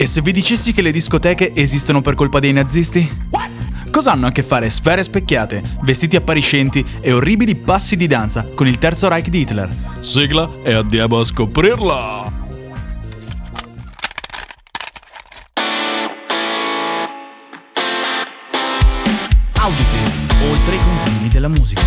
E se vi dicessi che le discoteche esistono per colpa dei nazisti? Cosa hanno a che fare sfere specchiate, vestiti appariscenti e orribili passi di danza con il Terzo Reich di Hitler? Sigla e andiamo a scoprirla! Auditive, oltre i confini della musica.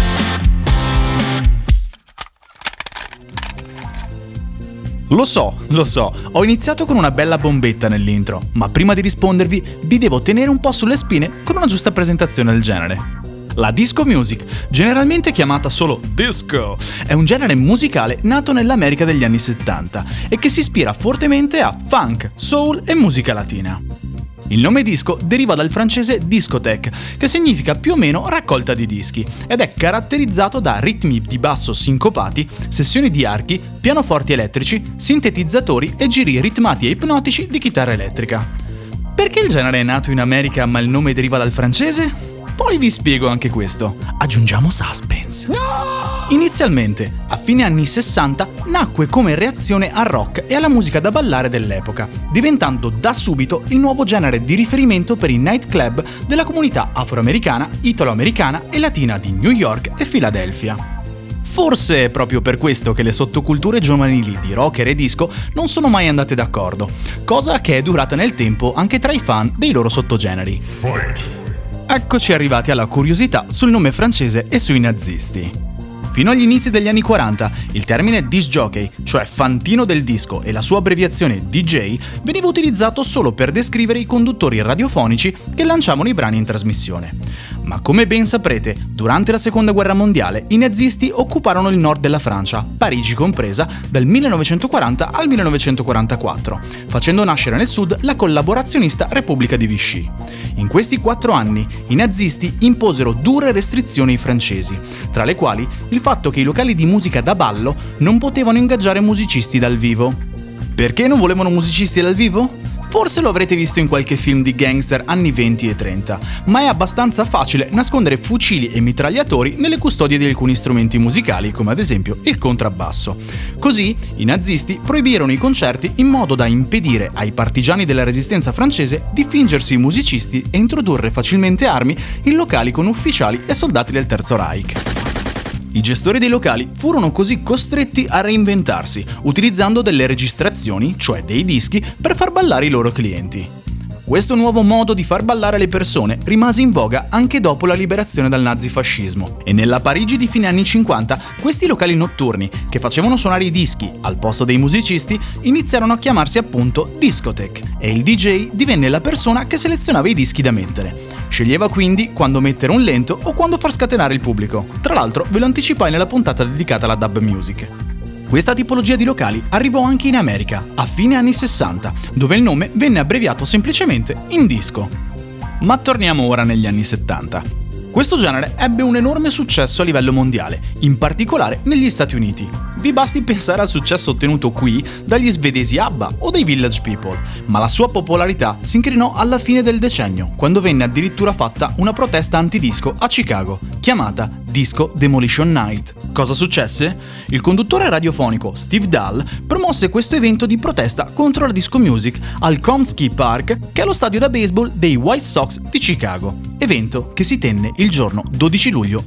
Lo so, ho iniziato con una bella bombetta nell'intro, ma prima di rispondervi vi devo tenere un po' sulle spine con una giusta presentazione del genere. La disco music, generalmente chiamata solo disco, è un genere musicale nato nell'America degli anni 70 e che si ispira fortemente a funk, soul e musica latina. Il nome disco deriva dal francese discothèque, che significa più o meno raccolta di dischi, ed è caratterizzato da ritmi di basso sincopati, sessioni di archi, pianoforti elettrici, sintetizzatori e giri ritmati e ipnotici di chitarra elettrica. Perché il genere è nato in America ma il nome deriva dal francese? Poi vi spiego anche questo. Aggiungiamo suspense. No! Inizialmente, a fine anni 60, nacque come reazione al rock e alla musica da ballare dell'epoca, diventando da subito il nuovo genere di riferimento per i nightclub della comunità afroamericana, italo-americana e latina di New York e Filadelfia. Forse è proprio per questo che le sottoculture giovanili di rocker e disco non sono mai andate d'accordo, cosa che è durata nel tempo anche tra i fan dei loro sottogeneri. Eccoci arrivati alla curiosità sul nome francese e sui nazisti. Fino agli inizi degli anni 40, il termine disc jockey, cioè fantino del disco, e la sua abbreviazione DJ, veniva utilizzato solo per descrivere i conduttori radiofonici che lanciavano i brani in trasmissione. Ma come ben saprete, durante la Seconda Guerra Mondiale i nazisti occuparono il nord della Francia, Parigi compresa, dal 1940 al 1944, facendo nascere nel sud la collaborazionista Repubblica di Vichy. In questi 4 anni i nazisti imposero dure restrizioni ai francesi, tra le quali il fatto che i locali di musica da ballo non potevano ingaggiare musicisti dal vivo. Perché non volevano musicisti dal vivo? Forse lo avrete visto in qualche film di gangster anni 20 e 30, ma è abbastanza facile nascondere fucili e mitragliatori nelle custodie di alcuni strumenti musicali, come ad esempio il contrabbasso. Così, i nazisti proibirono i concerti in modo da impedire ai partigiani della resistenza francese di fingersi musicisti e introdurre facilmente armi in locali con ufficiali e soldati del Terzo Reich. I gestori dei locali furono così costretti a reinventarsi, utilizzando delle registrazioni, cioè dei dischi, per far ballare i loro clienti. Questo nuovo modo di far ballare le persone rimase in voga anche dopo la liberazione dal nazifascismo, e nella Parigi di fine anni 50 questi locali notturni, che facevano suonare i dischi al posto dei musicisti, iniziarono a chiamarsi appunto discothèque, e il DJ divenne la persona che selezionava i dischi da mettere. Sceglieva quindi quando mettere un lento o quando far scatenare il pubblico. Tra l'altro ve lo anticipai nella puntata dedicata alla dub music. Questa tipologia di locali arrivò anche in America, a fine anni 60, dove il nome venne abbreviato semplicemente in disco. Ma torniamo ora negli anni 70. Questo genere ebbe un enorme successo a livello mondiale, in particolare negli Stati Uniti. Vi basti pensare al successo ottenuto qui dagli svedesi ABBA o dai Village People, ma la sua popolarità si incrinò alla fine del decennio, quando venne addirittura fatta una protesta antidisco a Chicago, chiamata Disco Demolition Night. Cosa successe? Il conduttore radiofonico Steve Dahl promosse questo evento di protesta contro la disco music al Comiskey Park, che è lo stadio da baseball dei White Sox di Chicago, evento che si tenne il giorno 12 luglio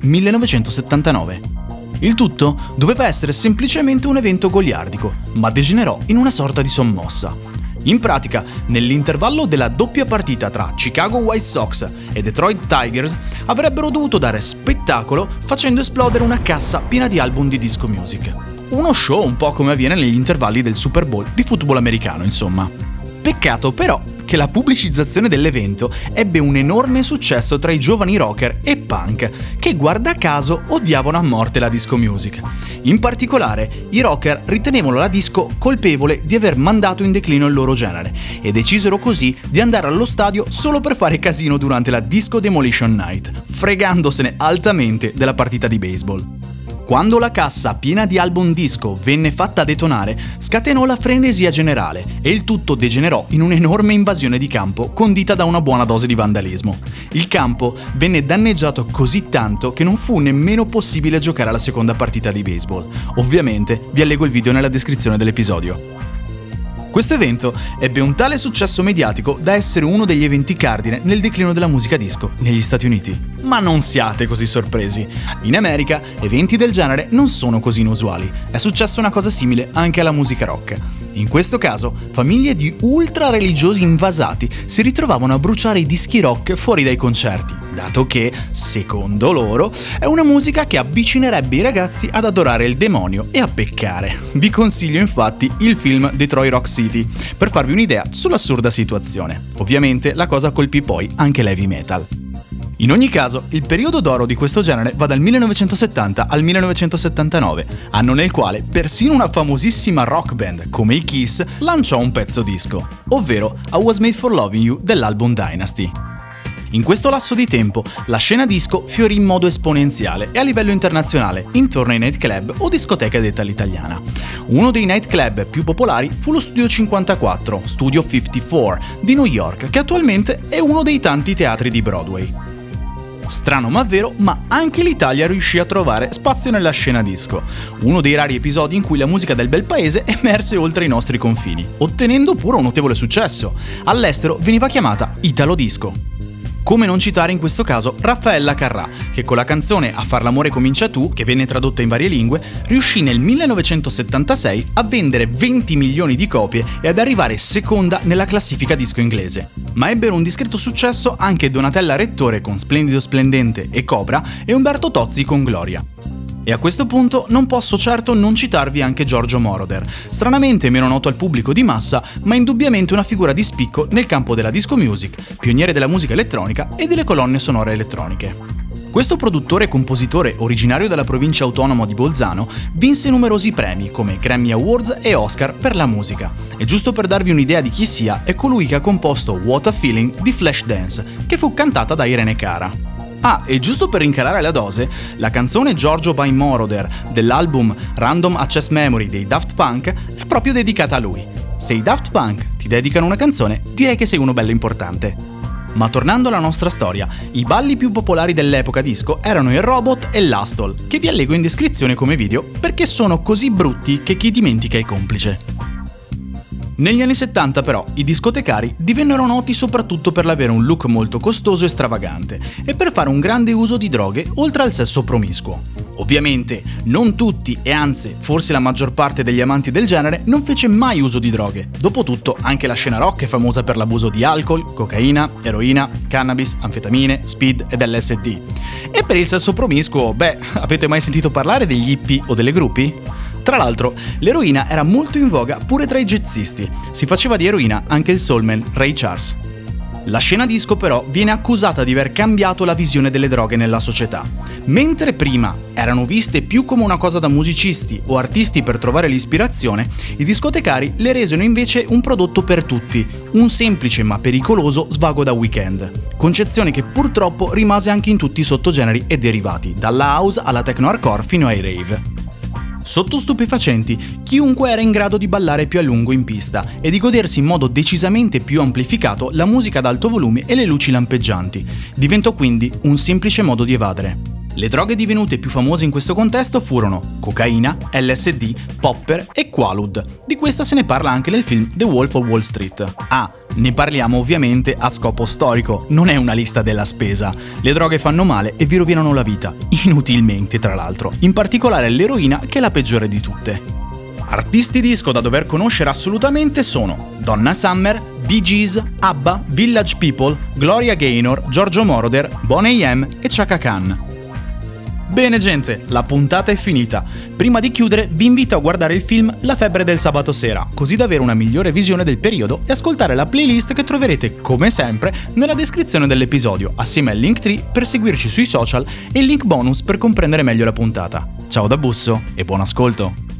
1979. Il tutto doveva essere semplicemente un evento goliardico, ma degenerò in una sorta di sommossa. In pratica, nell'intervallo della doppia partita tra Chicago White Sox e Detroit Tigers, avrebbero dovuto dare spettacolo facendo esplodere una cassa piena di album di disco music. Uno show un po' come avviene negli intervalli del Super Bowl di football americano, insomma. Peccato però che la pubblicizzazione dell'evento ebbe un enorme successo tra i giovani rocker e punk, che guarda caso odiavano a morte la disco music. In particolare, i rocker ritenevano la disco colpevole di aver mandato in declino il loro genere e decisero così di andare allo stadio solo per fare casino durante la Disco Demolition Night, fregandosene altamente della partita di baseball. Quando la cassa piena di album disco venne fatta detonare, scatenò la frenesia generale e il tutto degenerò in un'enorme invasione di campo condita da una buona dose di vandalismo. Il campo venne danneggiato così tanto che non fu nemmeno possibile giocare alla seconda partita di baseball. Ovviamente vi allego il video nella descrizione dell'episodio. Questo evento ebbe un tale successo mediatico da essere uno degli eventi cardine nel declino della musica disco negli Stati Uniti. Ma non siate così sorpresi. In America eventi del genere non sono così inusuali. È successa una cosa simile anche alla musica rock. In questo caso, famiglie di ultra religiosi invasati si ritrovavano a bruciare i dischi rock fuori dai concerti, dato che, secondo loro, è una musica che avvicinerebbe i ragazzi ad adorare il demonio e a peccare. Vi consiglio infatti il film Detroit Rock City, per farvi un'idea sull'assurda situazione. Ovviamente la cosa colpì poi anche l'heavy metal. In ogni caso, il periodo d'oro di questo genere va dal 1970 al 1979, anno nel quale persino una famosissima rock band come i Kiss lanciò un pezzo disco, ovvero I Was Made for Loving You dell'album Dynasty. In questo lasso di tempo, la scena disco fiorì in modo esponenziale e a livello internazionale, intorno ai nightclub o discoteche detta all'italiana. Uno dei nightclub più popolari fu lo Studio 54, Studio 54, di New York, che attualmente è uno dei tanti teatri di Broadway. Strano ma vero, ma anche l'Italia riuscì a trovare spazio nella scena disco, uno dei rari episodi in cui la musica del bel paese emerse oltre i nostri confini, ottenendo pure un notevole successo. All'estero veniva chiamata Italo Disco. Come non citare in questo caso Raffaella Carrà, che con la canzone A far l'amore comincia tu, che venne tradotta in varie lingue, riuscì nel 1976 a vendere 20 milioni di copie e ad arrivare seconda nella classifica disco inglese. Ma ebbero un discreto successo anche Donatella Rettore con Splendido Splendente e Cobra e Umberto Tozzi con Gloria. E a questo punto non posso certo non citarvi anche Giorgio Moroder, stranamente meno noto al pubblico di massa, ma indubbiamente una figura di spicco nel campo della disco music, pioniere della musica elettronica e delle colonne sonore elettroniche. Questo produttore e compositore originario della provincia autonoma di Bolzano vinse numerosi premi come Grammy Awards e Oscar per la musica. E giusto per darvi un'idea di chi sia, è colui che ha composto What a Feeling di Flashdance, che fu cantata da Irene Cara. Ah, e giusto per rincarare la dose, la canzone Giorgio by Moroder dell'album Random Access Memory dei Daft Punk è proprio dedicata a lui. Se i Daft Punk ti dedicano una canzone, direi che sei uno bello importante. Ma tornando alla nostra storia, i balli più popolari dell'epoca disco erano il Robot e l'Hustle, che vi allego in descrizione come video perché sono così brutti che chi dimentica è complice. Negli anni 70 però i discotecari divennero noti soprattutto per l'avere un look molto costoso e stravagante e per fare un grande uso di droghe oltre al sesso promiscuo. Ovviamente non tutti e anzi forse la maggior parte degli amanti del genere non fece mai uso di droghe. Dopotutto anche la scena rock è famosa per l'abuso di alcol, cocaina, eroina, cannabis, anfetamine, speed ed LSD. E per il sesso promiscuo, avete mai sentito parlare degli hippie o delle gruppi? Tra l'altro, l'eroina era molto in voga pure tra i jazzisti, si faceva di eroina anche il soulman Ray Charles. La scena disco però viene accusata di aver cambiato la visione delle droghe nella società. Mentre prima erano viste più come una cosa da musicisti o artisti per trovare l'ispirazione, i discotecari le resero invece un prodotto per tutti, un semplice ma pericoloso svago da weekend. Concezione che purtroppo rimase anche in tutti i sottogeneri e derivati, dalla house alla techno hardcore fino ai rave. Sotto stupefacenti, chiunque era in grado di ballare più a lungo in pista e di godersi in modo decisamente più amplificato la musica ad alto volume e le luci lampeggianti. Diventò quindi un semplice modo di evadere. Le droghe divenute più famose in questo contesto furono cocaina, LSD, popper e Quaalud. Di questa se ne parla anche nel film The Wolf of Wall Street. Ne parliamo ovviamente a scopo storico, non è una lista della spesa. Le droghe fanno male e vi rovinano la vita, inutilmente tra l'altro, in particolare l'eroina che è la peggiore di tutte. Artisti disco da dover conoscere assolutamente sono Donna Summer, Bee Gees, ABBA, Village People, Gloria Gaynor, Giorgio Moroder, Boney M e Chaka Khan. Bene gente, la puntata è finita. Prima di chiudere vi invito a guardare il film La febbre del sabato sera, così da avere una migliore visione del periodo e ascoltare la playlist che troverete, come sempre, nella descrizione dell'episodio, assieme al Linktree per seguirci sui social e il link bonus per comprendere meglio la puntata. Ciao da Busso e buon ascolto!